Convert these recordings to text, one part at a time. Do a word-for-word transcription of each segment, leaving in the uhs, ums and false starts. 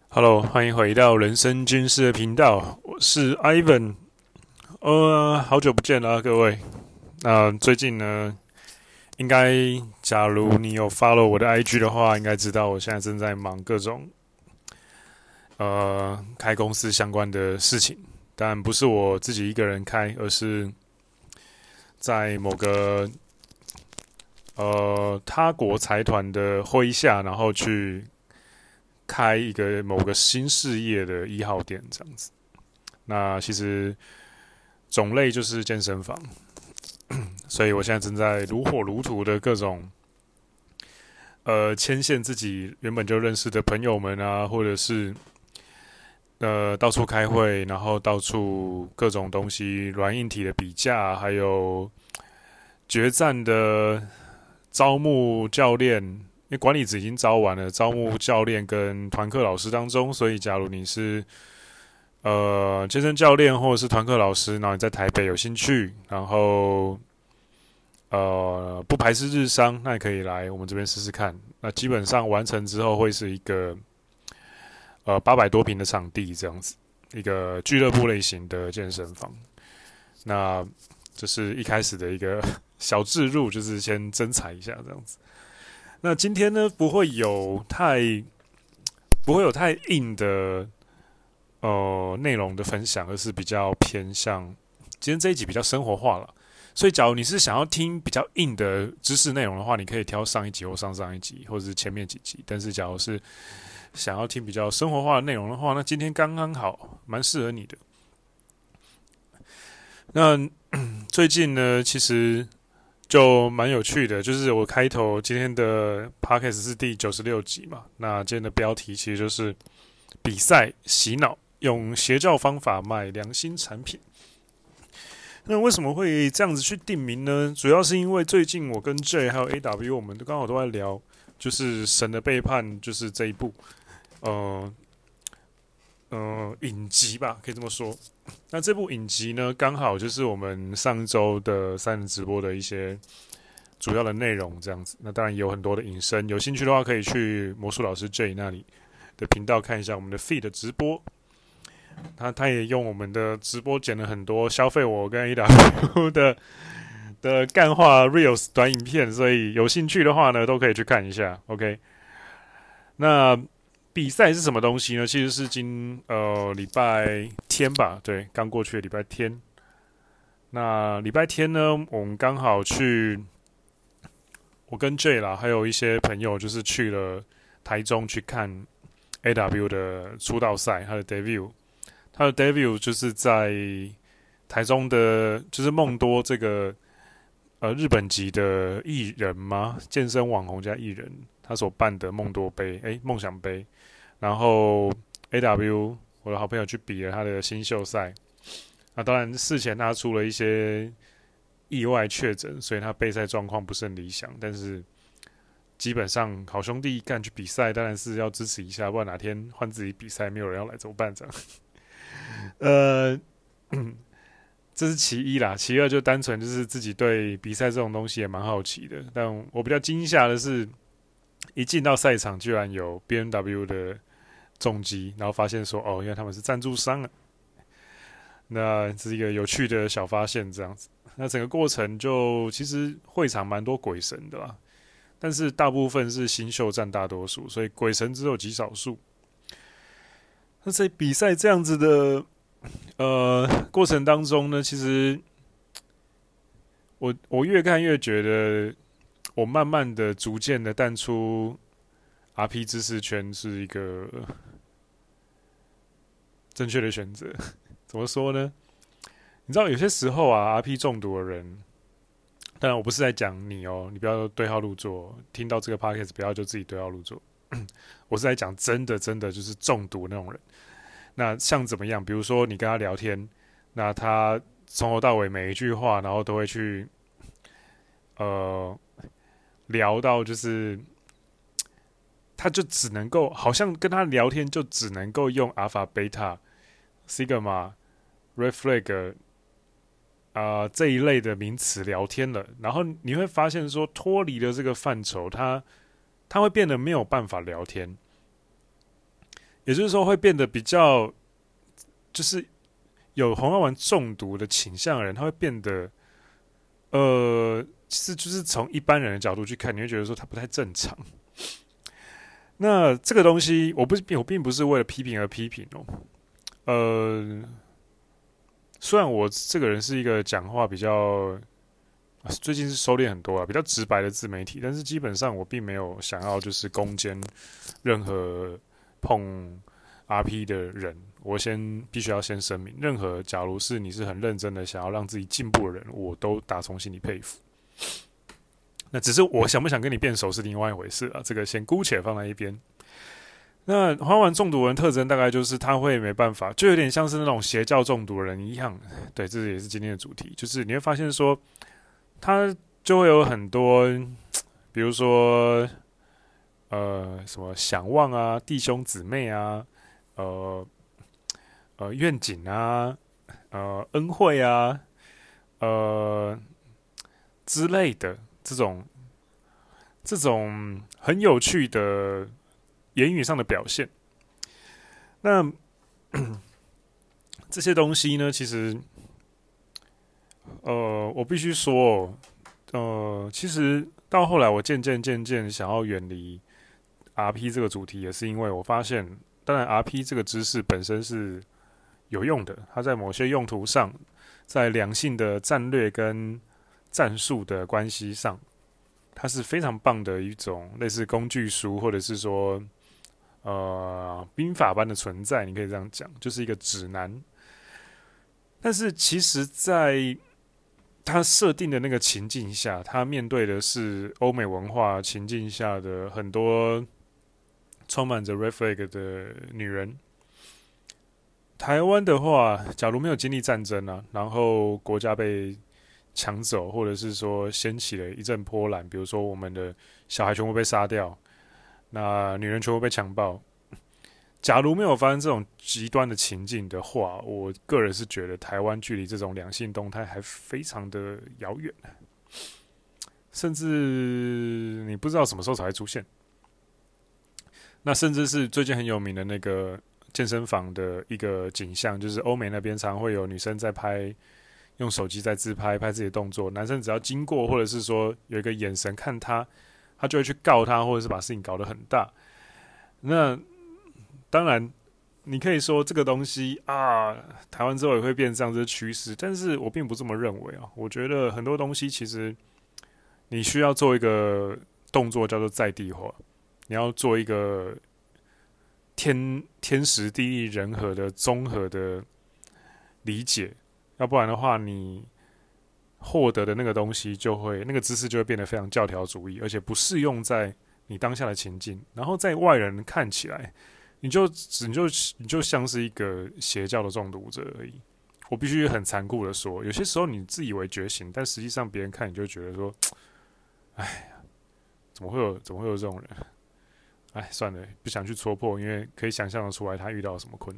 Hello，欢迎回到人生军事的频道，我是 Ivan。呃，好久不见了啊，各位。那最近呢，应该假如你有 follow 我的 I G 的话，应该知道我现在正在忙各种呃开公司相关的事情，但不是我自己一个人开，而是在某个呃他国财团的麾下，然后去开一个某个新事业的一号店这样子。那其实种类就是健身房，所以我现在正在如火如荼的各种呃牵线自己原本就认识的朋友们啊，或者是呃到处开会，然后到处各种东西软硬体的比价，还有决战的招募教练。因为管理职已经招完了，招募教练跟团课老师当中，所以假如你是呃健身教练或者是团课老师，然后你在台北有兴趣，然后呃不排斥日商，那也可以来我们这边试试看。那基本上完成之后会是一个呃八百多平的场地这样子，一个俱乐部类型的健身房。那这是一开始的一个小置入，就是先征才一下这样子。那今天呢，不会有太不会有太硬的呃内容的分享，而是比较偏向今天这一集比较生活化了。所以，假如你是想要听比较硬的知识内容的话，你可以挑上一集或上上一集，或者是前面几集。但是，假如是想要听比较生活化的内容的话，那今天刚刚好，蛮适合你的。那最近呢，其实就蛮有趣的，就是我开头今天的 podcast 是第九十六集嘛，那今天的标题其实就是比赛洗脑，用邪教方法卖良心产品。那为什么会这样子去定名呢？主要是因为最近我跟 J 还有 A W 我们都刚好都在聊，就是神的背叛，就是这一部，呃呃影集吧，可以这么说。那这部影集呢，刚好就是我们上周的三人直播的一些主要的内容，这样子。那当然也有很多的引申，有兴趣的话可以去魔术老师 J 那里的频道看一下我们的 feed 的直播。他他也用我们的直播剪了很多消费我跟 A W 的的干话 reels 短影片，所以有兴趣的话呢，都可以去看一下。OK，那比赛是什么东西呢？其实是今呃礼拜天吧，对，刚过去的礼拜天。那礼拜天呢，我们刚好去，我跟 J 啦，还有一些朋友，就是去了台中去看 A W 的出道赛，他的 debut。他的 debut 就是在台中的，就是梦多这个呃日本籍的艺人吗？健身网红加艺人，他所办的梦多杯，哎，梦想杯。然后 A W 我的好朋友去比了他的新秀赛，那当然事前他出了一些意外确诊，所以他备赛状况不是很理想，但是基本上好兄弟干去比赛，当然是要支持一下，不然哪天换自己比赛没有人要来怎么办？这样，呃，这是其一啦，其二就单纯就是自己对比赛这种东西也蛮好奇的，但我比较惊吓的是，一进到赛场居然有 B M W 的重机，然后发现说哦，因为他们是赞助商啊。那这是一个有趣的小发现，这样子。那整个过程就其实会场蛮多鬼神的啦，但是大部分是新秀占大多数，所以鬼神只有极少数。那在比赛这样子的呃过程当中呢，其实我我越看越觉得，我慢慢的、逐渐的淡出 R P 知识圈是一个正确的选择。怎么说呢？你知道有些时候啊，R P 中毒的人，当然我不是在讲你哦，你不要对号入座。听到这个 podcast 不要就自己对号入座。我是在讲真的真的就是中毒那种人。那像怎么样？比如说你跟他聊天，那他从头到尾每一句话，然后都会去呃聊到，就是他就只能够好像跟他聊天就只能够用 alpha、beta、sigma、red flag 啊、呃、这一类的名词聊天了，然后你会发现说脱离了这个范畴，他他会变得没有办法聊天。 也就是说会变得比较，就是有红药丸中毒的倾向的人，他会变得，呃，其实就是从一般人的角度去看，你会觉得说他不太正常。那这个东西，我不是我并不是为了批评而批评哦，呃，虽然我这个人是一个讲话比较，最近是收敛很多啊，比较直白的自媒体，但是基本上我并没有想要就是攻坚任何碰 R P 的人。我先必须要先声明，任何假如是你是很认真的想要让自己进步的人，我都打从心里佩服。那只是我想不想跟你变熟是另外一回事啊，这个先姑且放在一边。那花丸中毒人特征大概就是他会没办法，就有点像是那种邪教中毒的人一样。对，这也是今天的主题，就是你会发现说，他就会有很多，比如说，呃，什么想望啊、弟兄姊妹啊、呃呃愿景啊、呃恩惠啊、呃之类的这种这种很有趣的言语上的表现。那这些东西呢，其实，呃，我必须说，呃，其实到后来，我渐渐渐渐想要远离 R P 这个主题，也是因为我发现，当然 R P 这个知识本身是有用的，它在某些用途上，在良性的战略跟战术的关系上，它是非常棒的一种类似工具书，或者是说，呃，兵法般的存在，你可以这样讲，就是一个指南。但是其实，在他设定的那个情境下，他面对的是欧美文化情境下的很多充满着 red flag 的女人。台湾的话，假如没有经历战争啊，然后国家被抢走，或者是说掀起了一阵波澜，比如说我们的小孩全部被杀掉，那女人全部被强暴。假如没有发生这种极端的情境的话，我个人是觉得台湾距离这种两性动态还非常的遥远，甚至你不知道什么时候才会出现。那甚至是最近很有名的那个健身房的一个景象，就是欧美那边常会有女生在拍，用手机在自拍，拍自己的动作，男生只要经过或者是说有一个眼神看他，他就会去告他，或者是把事情搞得很大。那当然，你可以说这个东西啊，台湾之后也会变这样子的趋势，但是我并不这么认为啊。我觉得很多东西其实你需要做一个动作叫做在地化，你要做一个天天时地利人和的综合的理解，要不然的话，你获得的那个东西就会那个知识就会变得非常教条主义，而且不适用在你当下的情境，然后在外人看起来。你就你就你就像是一个邪教的中毒者而已。我必须很残酷的说，有些时候你自以为觉醒，但实际上别人看你就觉得说，哎，怎么会有怎么会有这种人？哎，算了，不想去戳破，因为可以想象的出来他遇到了什么困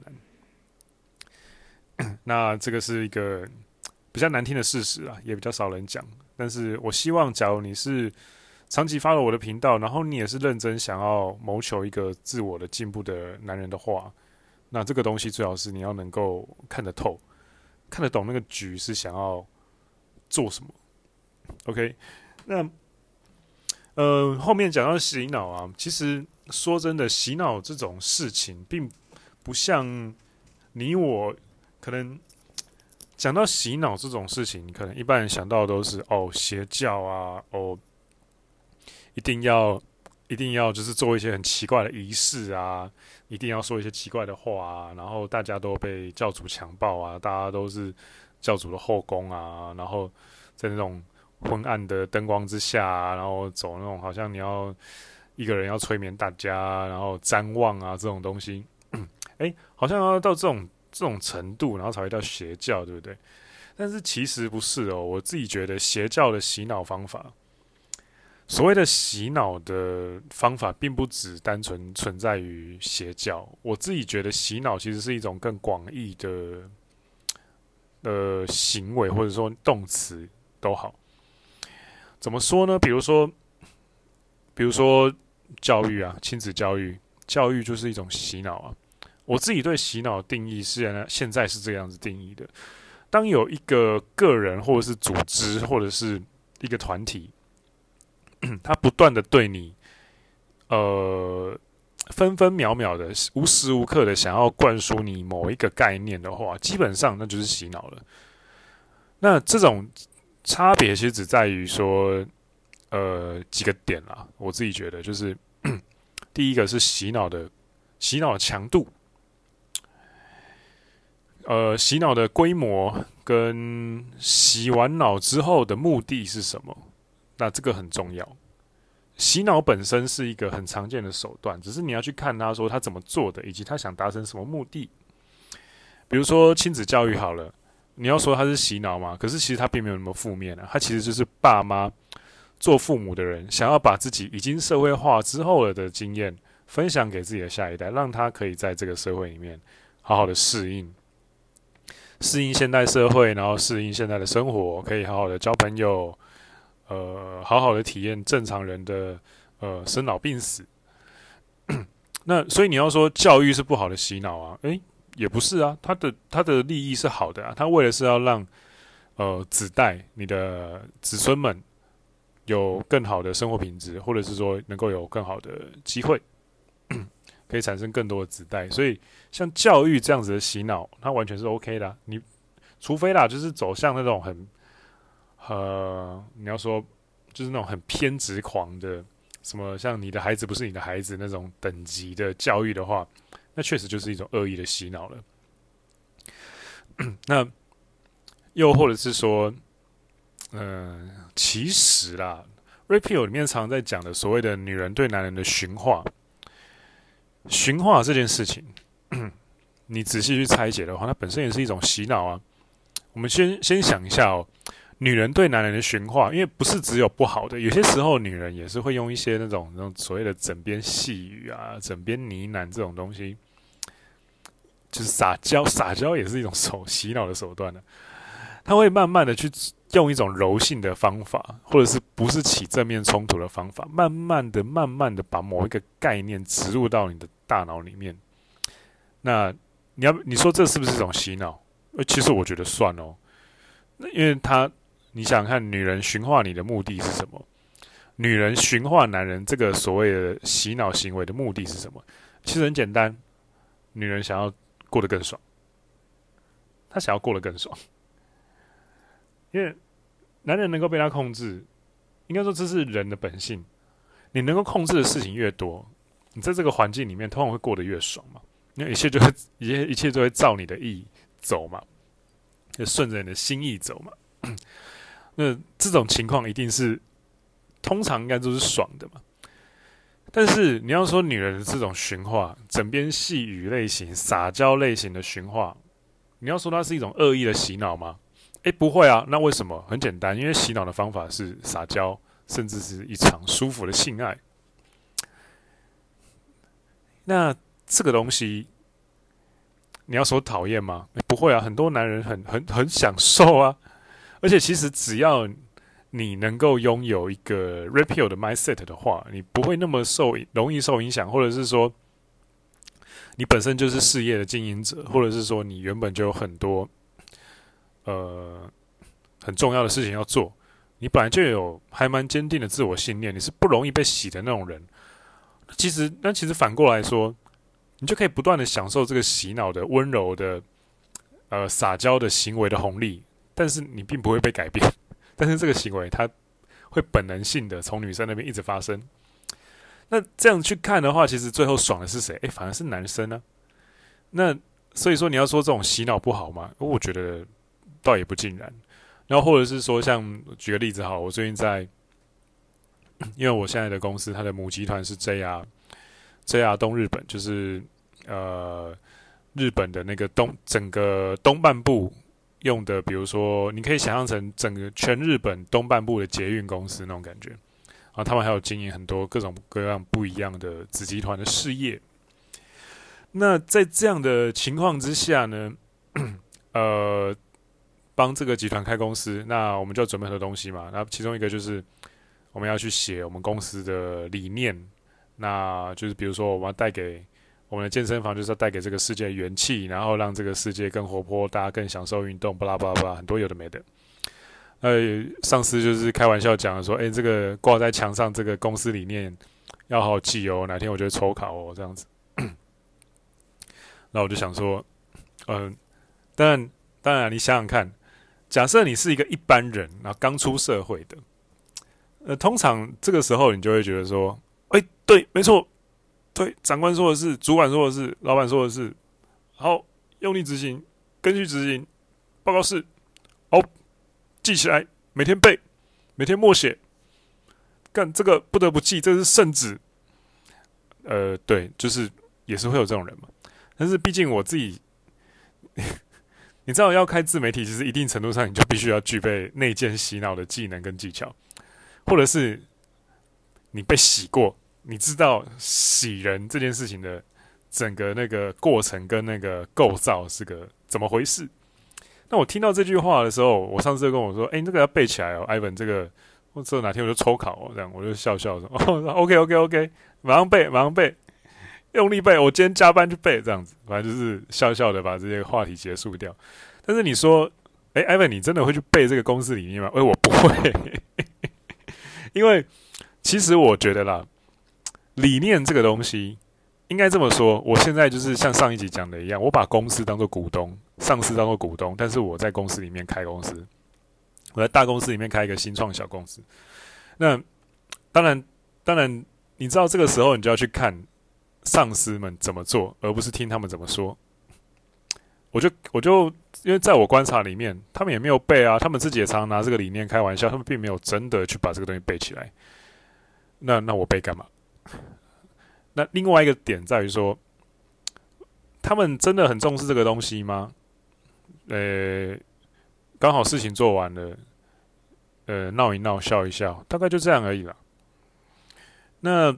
难。那这个是一个比较难听的事实啊，也比较少人讲。但是我希望，假如你是长期 follow 我的频道，然后你也是认真想要谋求一个自我的进步的男人的话，那这个东西最好是你要能够看得透，看得懂那个局是想要做什么。OK， 那呃后面讲到洗脑啊，其实说真的，洗脑这种事情并不像你我可能讲到洗脑这种事情，可能一般人想到的都是哦邪教啊，哦。一定要一定要就是做一些很奇怪的仪式啊，一定要说一些奇怪的话啊，然后大家都被教主强暴啊，大家都是教主的后宫啊，然后在那种昏暗的灯光之下啊，然后走那种好像你要一个人要催眠大家，然后瞻望啊这种东西，哎，好像要到这种这种程度，然后才会叫邪教，对不对？但是其实不是哦，我自己觉得邪教的洗脑方法。所谓的洗脑的方法，并不只单纯存在于邪教。我自己觉得洗脑其实是一种更广义的呃行为，或者说动词都好。怎么说呢？比如说，比如说教育啊，亲子教育，教育就是一种洗脑啊。 我自己对洗脑的定义是现在是这样子定义的：当有一个个人或者是组织或者是一个团体，他不断的对你，呃，分分秒秒的、无时无刻的想要灌输你某一个概念的话，基本上那就是洗脑了。那这种差别其实只在于说，呃，几个点啦。我自己觉得就是，第一个是洗脑的洗脑的强度，呃，洗脑的规模跟洗完脑之后的目的是什么？那这个很重要。洗脑本身是一个很常见的手段，只是你要去看他说他怎么做的，以及他想达成什么目的。比如说亲子教育好了，你要说他是洗脑嘛，可是其实他并没有那么负面啊，他其实就是爸妈做父母的人想要把自己已经社会化之后了的经验分享给自己的下一代，让他可以在这个社会里面好好的适应，适应现代社会，然后适应现代的生活，可以好好的交朋友。呃，好好的体验正常人的呃生老病死。那所以你要说教育是不好的洗脑啊，诶，也不是啊，它的它的利益是好的啊，它为的是要让呃子代你的子孙们有更好的生活品质，或者是说能够有更好的机会，可以产生更多的子代。所以像教育这样子的洗脑，它完全是 OK 的啊。你除非啦，就是走向那种很。呃，你要说就是那种很偏执狂的，什么像你的孩子不是你的孩子那种等级的教育的话，那确实就是一种恶意的洗脑了。那又或者是说，嗯、呃，其实啦 ，Rapio 里面常常在讲的所谓的女人对男人的驯化，驯化这件事情，你仔细去拆解的话，它本身也是一种洗脑啊。我们先先想一下哦。女人对男人的驯化，因为不是只有不好的，有些时候女人也是会用一些那种那种所谓的枕边细语啊、枕边呢喃这种东西，就是撒娇，撒娇也是一种手洗脑的手段呢、啊。他会慢慢的去用一种柔性的方法，或者是不是起正面冲突的方法，慢慢的、慢慢的把某一个概念植入到你的大脑里面。那你要你说这是不是一种洗脑？呃，其实我觉得算哦，因为他。你想想看，女人驯化你的目的是什么？女人驯化男人这个所谓的洗脑行为的目的是什么？其实很简单，女人想要过得更爽，她想要过得更爽，因为男人能够被她控制，应该说这是人的本性。你能够控制的事情越多，你在这个环境里面通常会过得越爽嘛，因为一切就会一切一切都会照你的意走嘛，就顺着你的心意走嘛。那这种情况一定是通常应该都是爽的嘛，但是你要说女人的这种驯化，枕边细语类型、撒娇类型的驯化，你要说它是一种恶意的洗脑吗？诶，不会啊，那为什么？很简单，因为洗脑的方法是撒娇，甚至是一场舒服的性爱。那这个东西，你要说讨厌吗？不会啊，很多男人很很很享受啊。而且其实只要你能够拥有一个 Rapio 的 mindset 的话，你不会那么受容易受影响，或者是说你本身就是事业的经营者，或者是说你原本就有很多呃很重要的事情要做，你本来就有还蛮坚定的自我信念，你是不容易被洗的那种人。其实那其实反过来说，你就可以不断的享受这个洗脑的温柔的呃撒娇的行为的红利。但是你并不会被改变，但是这个行为它会本能性的从女生那边一直发生。那这样去看的话，其实最后爽的是谁？哎，反而是男生呢、啊。那所以说你要说这种洗脑不好吗？我觉得倒也不尽然。然后或者是说，像举个例子好，我最近在，因为我现在的公司它的母集团是 J R，J R 东日本，就是呃日本的那个东整个东半部。用的，比如说，你可以想象成整个全日本东半部的捷运公司那种感觉啊，他们还有经营很多各种各样不一样的子集团的事业。那在这样的情况之下呢，呃，帮这个集团开公司，那我们就要准备很多东西嘛。那其中一个就是我们要去写我们公司的理念，那就是比如说我们要带给我们的健身房就是要带给这个世界元气，然后让这个世界更活泼，大家更享受运动，巴拉巴拉巴拉，很多有的没的。呃，上司就是开玩笑讲的说，哎，这个挂在墙上这个公司理念要好好记哦，哪天我就会抽考哦，这样子。那我就想说，嗯、呃，当然，当然，你想想看，假设你是一个一般人，然后刚出社会的，呃，通常这个时候你就会觉得说，哎，对，没错，对，长官说的是，主管说的是，老板说的是，好，用力执行，根据执行，报告是，好，记起来，每天背，每天默写，干这个不得不记，这是圣旨。呃，对，就是也是会有这种人嘛。但是毕竟我自己，你知道要开自媒体，其实一定程度上你就必须要具备内建洗脑的技能跟技巧，或者是你被洗过，你知道洗人这件事情的整个那个过程跟那个构造是个怎么回事。那我听到这句话的时候，我上次就跟我说：“哎、欸，这个要背起来哦 ，Ivan， 这个，或者哪天我就抽考哦，这样我就笑笑说：哦 ，OK OK OK， 马上背，马上背。”用力背，我今天加班去背，这样子，反正就是笑笑的把这些话题结束掉。但是你说，哎、欸、，Ivan， 你真的会去背这个公司理念吗？哎、欸，我不会，因为其实我觉得啦，理念这个东西，应该这么说，我现在就是像上一集讲的一样，我把公司当做股东，上司当做股东，但是我在公司里面开公司，我在大公司里面开一个新创小公司。那当然，当然，你知道这个时候你就要去看上司们怎么做，而不是听他们怎么说。我就我就因为在我观察里面，他们也没有背啊，他们自己也常常拿这个理念开玩笑，他们并没有真的去把这个东西背起来。那那我背干嘛？那另外一个点在于说，他们真的很重视这个东西吗？呃，刚好事情做完了，呃，闹一闹，笑一笑，大概就这样而已啦。那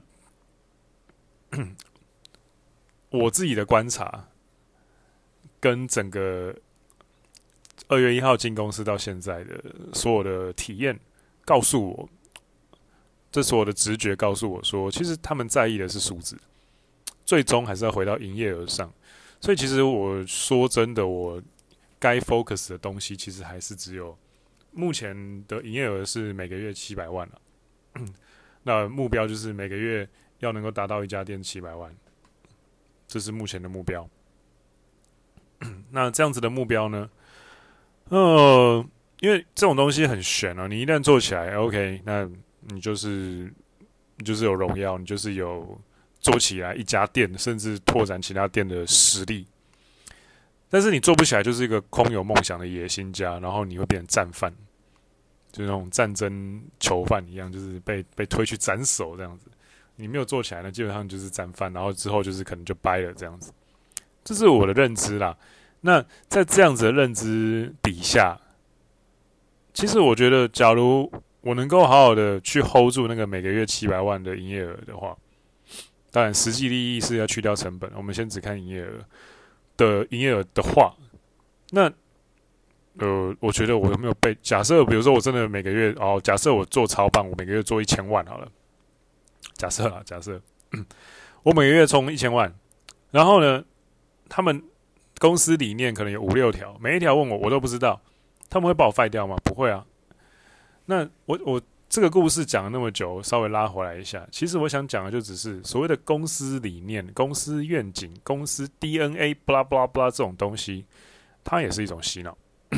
我自己的观察，跟整个二月一号进公司到现在的所有的体验，告诉我，这所有的直觉告诉我说，其实他们在意的是数字，最终还是要回到营业额上。所以其实我说真的，我该 focus 的东西，其实还是只有目前的营业额是每个月七百万了、啊，那目标就是每个月要能够达到一家店七百万。这是目前的目标。那这样子的目标呢？呃，因为这种东西很悬啊，你一旦做起来 ，OK， 那你就是你就是有荣耀，你就是有做起来一家店，甚至拓展其他店的实力。但是你做不起来，就是一个空有梦想的野心家，然后你会变成战犯，就那种战争囚犯一样，就是被被推去斩首这样子。你没有做起来呢，基本上就是战犯，然后之后就是可能就掰了这样子。这是我的认知啦。那在这样子的认知底下，其实我觉得，假如我能够好好的去 hold 住那个每个月七百万的营业额的话，当然实际利益是要去掉成本，我们先只看营业额的营业额的话，那呃，我觉得我有没有被假设，比如说我真的每个月哦，假设我做超棒，我每个月做一千万好了。假设啊，假设、嗯、我每个月充一千万，然后呢，他们公司理念可能有五六条，每一条问我，我都不知道，他们会把我废掉吗？不会啊。那我我这个故事讲了那么久，稍微拉回来一下，其实我想讲的就只是所谓的公司理念、公司愿景、公司 D N A， blah blah blah 这种东西，它也是一种洗脑。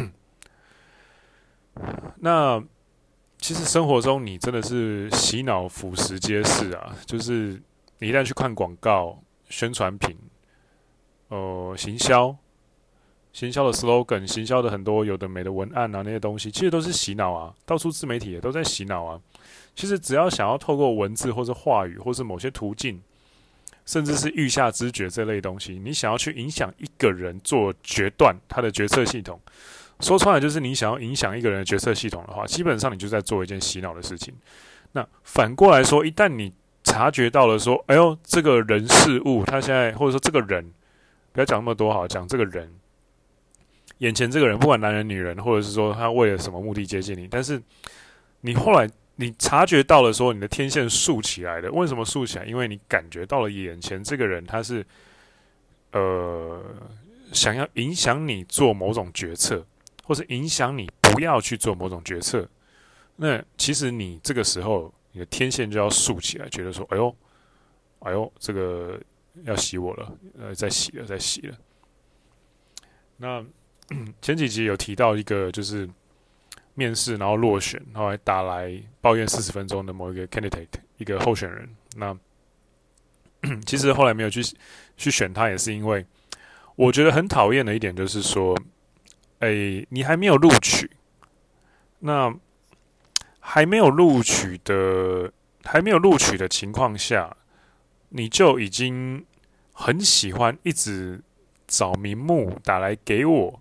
那其实生活中你真的是洗脑俯拾皆是啊，就是你一旦去看广告、宣传品、呃行销、行销的 slogan、行销的很多有的没的文案啊那些东西，其实都是洗脑啊，到处自媒体也都在洗脑啊。其实只要想要透过文字或是话语或是某些途径，甚至是欲下知觉这类东西，你想要去影响一个人做决断他的决策系统。说穿了就是你想要影响一个人的决策系统的话，基本上你就在做一件洗脑的事情。那反过来说，一旦你察觉到了说，哎呦，这个人事物他现在，或者说这个人，不要讲那么多好，讲这个人，眼前这个人，不管男人女人，或者是说他为了什么目的接近你，但是你后来你察觉到了说你的天线竖起来了，为什么竖起来？因为你感觉到了眼前这个人他是呃想要影响你做某种决策，或是影响你不要去做某种决策，那其实你这个时候你的天线就要竖起来，觉得说，哎呦，哎呦，这个要洗我了，呃，再洗了，再洗了。那前几集有提到一个就是面试然后落选，后来打来抱怨四十分钟的某一个 candidate 一个候选人，那其实后来没有去去选他，也是因为我觉得很讨厌的一点就是说，哎，你还没有录取，那还没有录取的还没有录取的情况下，你就已经很喜欢一直找名目打来给我。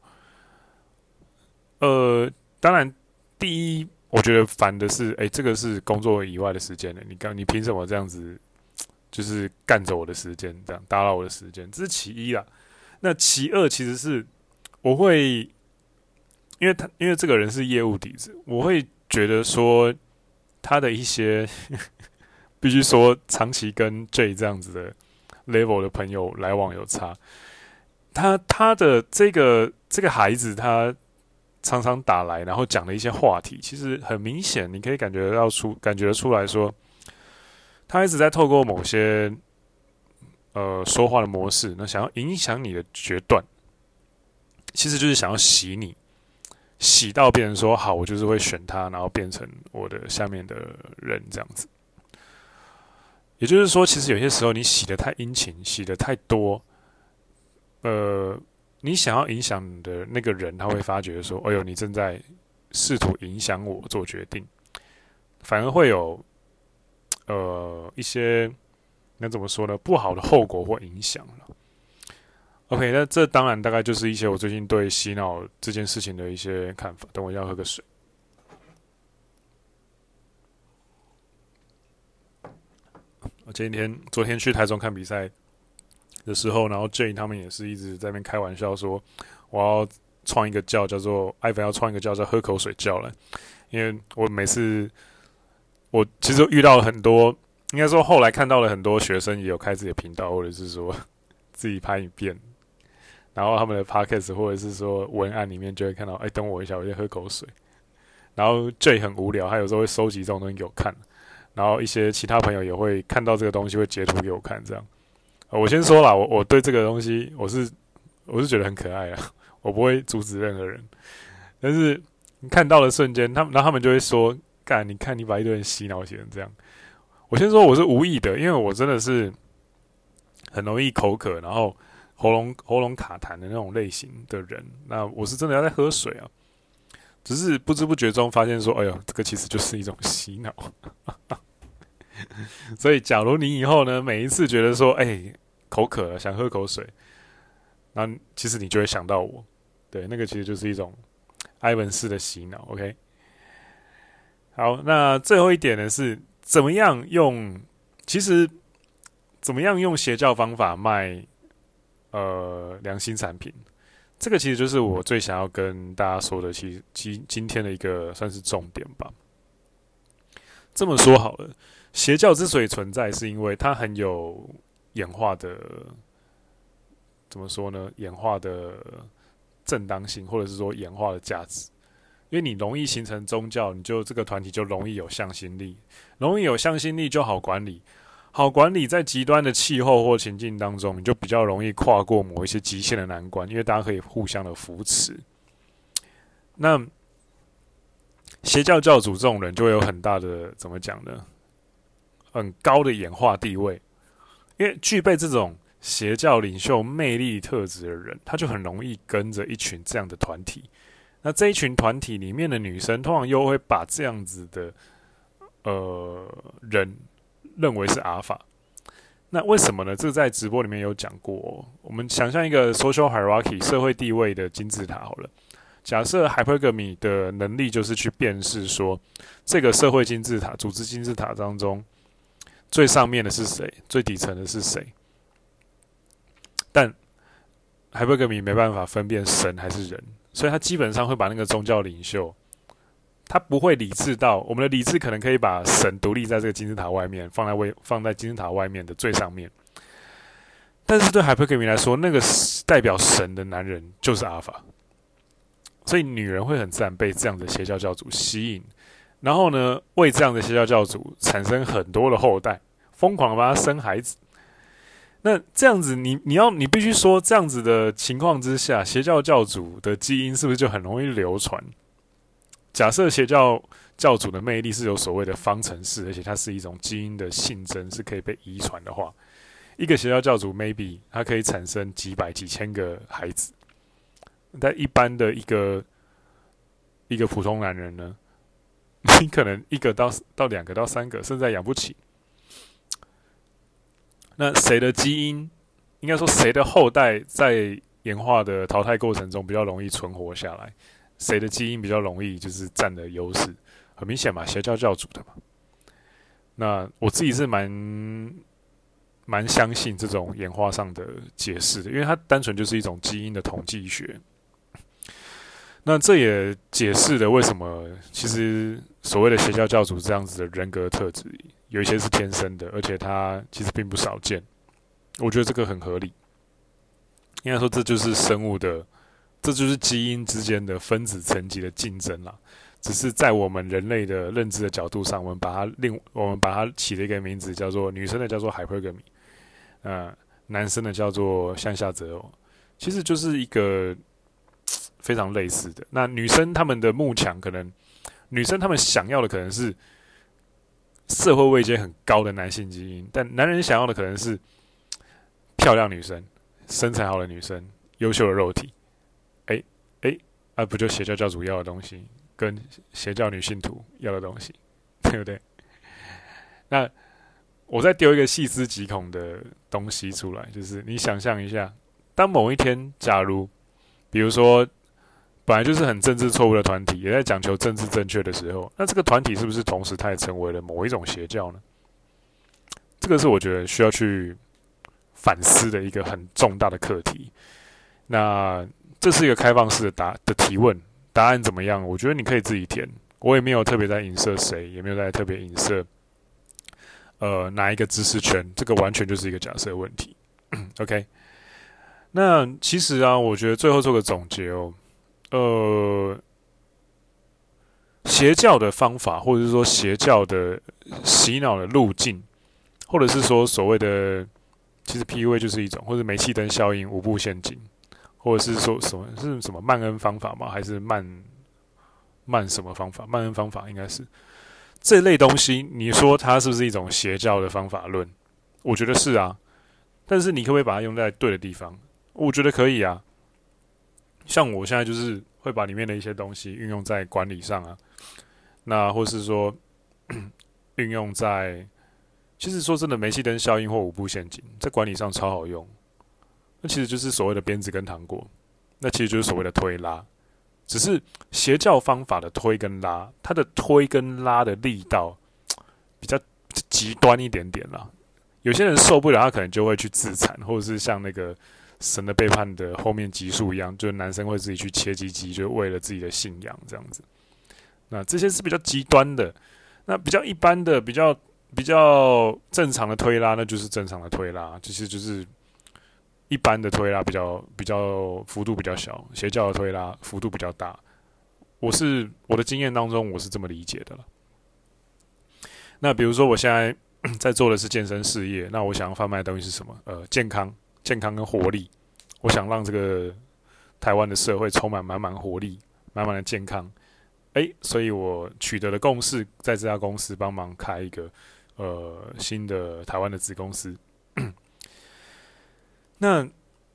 呃，当然，第一，我觉得烦的是，哎，这个是工作以外的时间了，你刚你凭什么这样子，就是干走我的时间，这样打扰我的时间？这是其一啦。那其二，其实是我会，因为他因为这个人是业务底子，我会觉得说他的一些必须说长期跟 J 这样子的 level 的朋友来往有差。他他的这个这个孩子，他常常打来，然后讲的一些话题，其实很明显，你可以感觉到出感觉出来说，他一直在透过某些呃说话的模式，那想要影响你的决断，其实就是想要洗你，洗到变成说好，我就是会选他，然后变成我的下面的人这样子。也就是说，其实有些时候你洗得太殷勤，洗得太多，呃。你想要影响的那个人，他会发觉说：“哎呦，你正在试图影响我做决定。”反而会有呃一些那怎么说呢？不好的后果或影响了。OK， 那这当然大概就是一些我最近对洗脑这件事情的一些看法。等我一下喝个水。我今天昨天去台中看比赛的时候，然后 J 他们也是一直在那边开玩笑说，我要创一个教，叫做艾粉要创一个教叫喝口水教了。因为我每次我其实遇到了很多，应该说后来看到了很多学生也有开自己的频道，或者是说自己拍影片，然后他们的 podcast 或者是说文案里面就会看到，哎，等我一下，我先喝口水。然后 J 很无聊，他有时候会收集这种东西给我看，然后一些其他朋友也会看到这个东西会截图给我看，这样。我先说啦，我我对这个东西我是我是觉得很可爱啊，我不会阻止任何人。但是你看到的瞬间，他们然后他们就会说：“干，你看你把一堆人洗脑写成这样。”我先说我是无意的，因为我真的是很容易口渴，然后喉咙喉咙卡痰的那种类型的人。那我是真的要在喝水啊，只是不知不觉中发现说：“哎呦，这个其实就是一种洗脑。”所以，假如你以后呢，每一次觉得说，哎、欸，口渴了，想喝口水，那其实你就会想到我，对，那个其实就是一种埃文式的洗脑。OK， 好，那最后一点呢是怎么样用，其实怎么样用邪教方法卖呃良心产品，这个其实就是我最想要跟大家说的，其实今今天的一个算是重点吧。这么说好了。邪教之所以存在，是因为它很有演化的，怎么说呢？演化的正当性，或者是说演化的价值。因为你容易形成宗教，你就这个团体就容易有向心力，容易有向心力就好管理，好管理在极端的气候或情境当中，你就比较容易跨过某一些极限的难关，因为大家可以互相的扶持。那邪教教主这种人就会有很大的怎么讲呢？很高的演化地位，因为具备这种邪教领袖魅力特质的人，他就很容易跟着一群这样的团体。那这一群团体里面的女生，通常又会把这样子的呃人认为是阿法。那为什么呢？这个在直播里面有讲过哦。我们想象一个 social hierarchy 社会地位的金字塔好了。假设 hypergamy 的能力就是去辨识说，这个社会金字塔、组织金字塔当中。最上面的是谁？最底层的是谁？但hypergamy没办法分辨神还是人，所以他基本上会把那个宗教领袖，他不会理智到我们的理智可能可以把神独立在这个金字塔外面，放在位放在金字塔外面的最上面。 但是对 hypergamy 来说，那个代表神的男人就是阿法，所以女人会很自然被这样的邪教教主吸引，然后呢，为这样的邪教教主产生很多的后代，疯狂的帮他生孩子。那这样子你，你要你必须说，这样子的情况之下，邪教教主的基因是不是就很容易流传？假设邪教教主的魅力是有所谓的方程式，而且它是一种基因的性征，是可以被遗传的话，一个邪教教主 maybe 它可以产生几百几千个孩子，但一般的一个一个普通男人呢，你可能一个到到两个到三个，甚至还养不起。那谁的基因，应该说谁的后代在演化的淘汰过程中比较容易存活下来？谁的基因比较容易就是占了优势？很明显嘛，邪教教主的嘛。那我自己是蛮蛮相信这种演化上的解释的，因为它单纯就是一种基因的统计学。那这也解释了为什么其实所谓的邪教教主这样子的人格特质，有一些是天生的，而且它其实并不少见。我觉得这个很合理。应该说，这就是生物的，这就是基因之间的分子层级的竞争啦。只是在我们人类的认知的角度上，我们把它另我们把它起了一个名字，叫做女生的叫做 hypergamy， 呃，男生的叫做向下择偶，其实就是一个非常类似的。那女生她们的慕强，可能女生她们想要的可能是社会位阶很高的男性基因，但男人想要的可能是漂亮女生、身材好的女生、优秀的肉体。哎哎，啊，不就邪教教主要的东西，跟邪教女信徒要的东西，对不对？那我再丢一个细思极恐的东西出来，就是你想象一下，当某一天，假如比如说本来就是很政治错误的团体，也在讲求政治正确的时候，那这个团体是不是同时它也成为了某一种邪教呢？这个是我觉得需要去反思的一个很重大的课题。那这是一个开放式的答的提问，答案怎么样？我觉得你可以自己填。我也没有特别在影射谁，也没有在特别影射呃哪一个知识圈，这个完全就是一个假设问题。OK， 那其实啊，我觉得最后做个总结哦。呃，邪教的方法，或者是说邪教的洗脑的路径，或者是说所谓的，其实 P U A 就是一种，或者煤气灯效应、五步陷阱，或者是说什么是什么曼恩方法吗？还是曼曼什么方法？曼恩方法应该是这类东西。你说它是不是一种邪教的方法论？我觉得是啊，但是你可不可以把它用在对的地方？我觉得可以啊。像我现在就是会把里面的一些东西运用在管理上啊，那或是说运用在，其实说真的，煤气灯效应或五步陷阱在管理上超好用，那其实就是所谓的鞭子跟糖果，那其实就是所谓的推拉，只是邪教方法的推跟拉，它的推跟拉的力道比较极端一点点啦。有些人受不了，他可能就会去自残，或者是像那个神的背叛的后面集数一样，就是男生会自己去切鸡鸡，就为了自己的信仰这样子。那这些是比较极端的，那比较一般的、比较比较正常的推拉，那就是正常的推拉，其实就是一般的推拉比较比较幅度比较小，邪教的推拉幅度比较大。我是我的经验当中，我是这么理解的了。那比如说我现在在做的是健身事业，那我想要贩卖的东西是什么？呃，健康。健康跟活力，我想让这个台湾的社会充满满满活力、满满的健康。哎，所以我取得了共识，在这家公司帮忙开一个呃新的台湾的子公司。那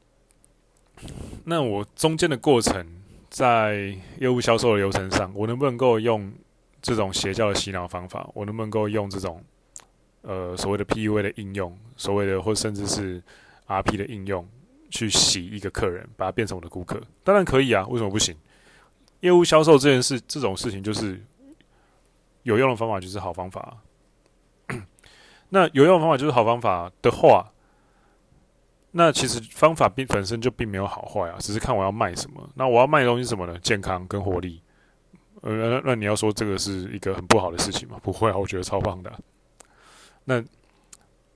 那我中间的过程，在业务销售的流程上，我能不能够用这种邪教的洗脑方法？我能不能够用这种呃所谓的 P U A 的应用，所谓的或甚至是R P 的应用去洗一个客人，把他变成我的顾客，当然可以啊，为什么不行？业务销售这件事，这种事情就是有用的方法就是好方法、啊。那有用的方法就是好方法的话，那其实方法并本身就并没有好坏啊，只是看我要卖什么。那我要卖的东西是什么呢？健康跟活力。呃，那, 那你要说这个是一个很不好的事情吗？不会啊，我觉得超棒的、啊。那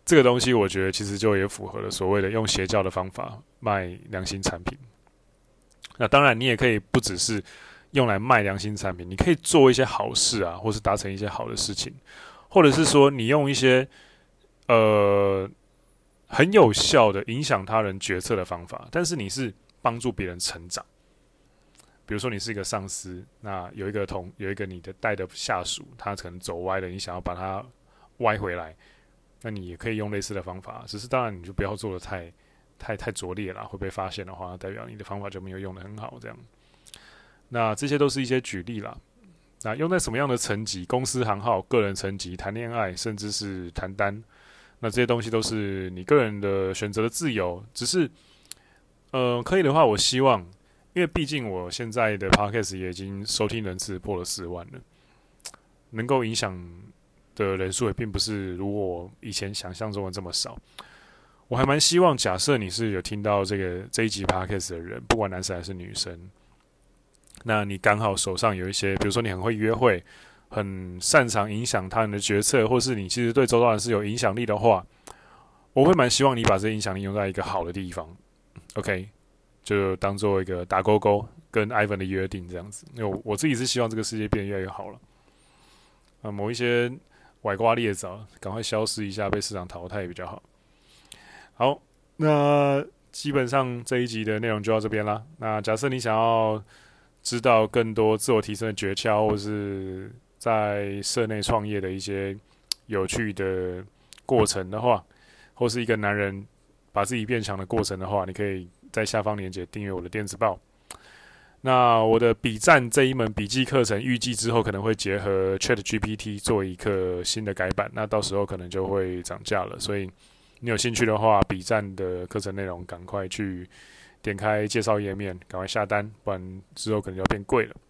这个东西我觉得其实就也符合了所谓的用邪教的方法卖良心产品。那当然，你也可以不只是用来卖良心产品，你可以做一些好事啊，或是达成一些好的事情，或者是说你用一些呃很有效的影响他人决策的方法，但是你是帮助别人成长。比如说你是一个上司，那有一个同有一个你的带的下属，他可能走歪了，你想要把他歪回来，那你也可以用类似的方法，只是当然你就不要做的太太太拙劣了，会被发现的话，代表你的方法就没有用的很好。这样，那这些都是一些举例啦。那用在什么样的层级？公司行号、个人层级、谈恋爱，甚至是谈单，那这些东西都是你个人的选择的自由。只是，呃，可以的话，我希望，因为毕竟我现在的 podcast 也已经收听人次破了四万了，能够影响的人数也并不是如我以前想象中的这么少。我还蛮希望，假设你是有听到这个这一集 podcast 的人，不管男生还是女生，那你刚好手上有一些，比如说你很会约会，很擅长影响他人的决策，或是你其实对周遭人是有影响力的话，我会蛮希望你把这些影响力用在一个好的地方。OK， 就当做一个打勾勾跟 Ivan 的约定这样子。因为 我, 我自己是希望这个世界变得越来越好了。啊，某一些歪瓜裂枣，赶快消失一下，被市场淘汰比较好。好，那基本上这一集的内容就到这边啦。那假设你想要知道更多自我提升的诀窍，或是在社内创业的一些有趣的过程的话，或是一个男人把自己变强的过程的话，你可以在下方链接订阅我的电子报。那我的笔战这一门笔记课程，预计之后可能会结合 ChatGPT 做一个新的改版，那到时候可能就会涨价了，所以你有兴趣的话，笔战的课程内容赶快去点开介绍页面，赶快下单，不然之后可能就要变贵了。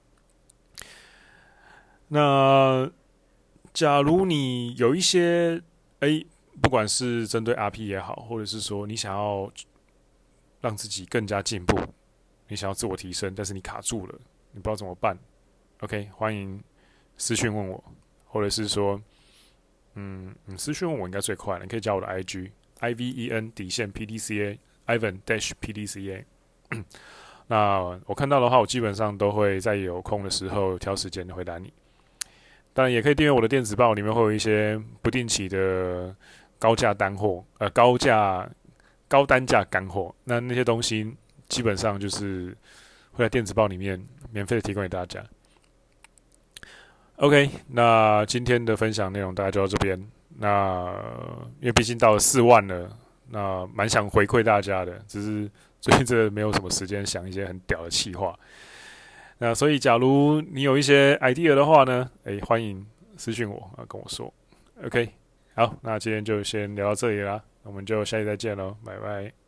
那假如你有一些哎，不管是针对 R P 也好，或者是说你想要让自己更加进步，你想要自我提升，但是你卡住了，你不知道怎么办 ？OK， 欢迎私讯问我，或者是说，嗯，你私讯问我应该最快了，你可以加我的 I G。I V E N 底线 P D C A Ivan Dash P D C A 那我看到的话，我基本上都会在有空的时候挑时间回答你。当然，也可以订阅我的电子报，里面会有一些不定期的高价单货，呃，高价高单价干货。那那些东西基本上就是会在电子报里面免费的提供给大家。OK， 那今天的分享内容大概就到这边。那因为毕竟到了四万了，那蛮想回馈大家的，只是最近真的没有什么时间想一些很屌的企划。那所以假如你有一些 idea 的话呢，哎，欢迎私讯我啊，跟我说。OK， 好，那今天就先聊到这里啦，我们就下期再见喽，拜拜。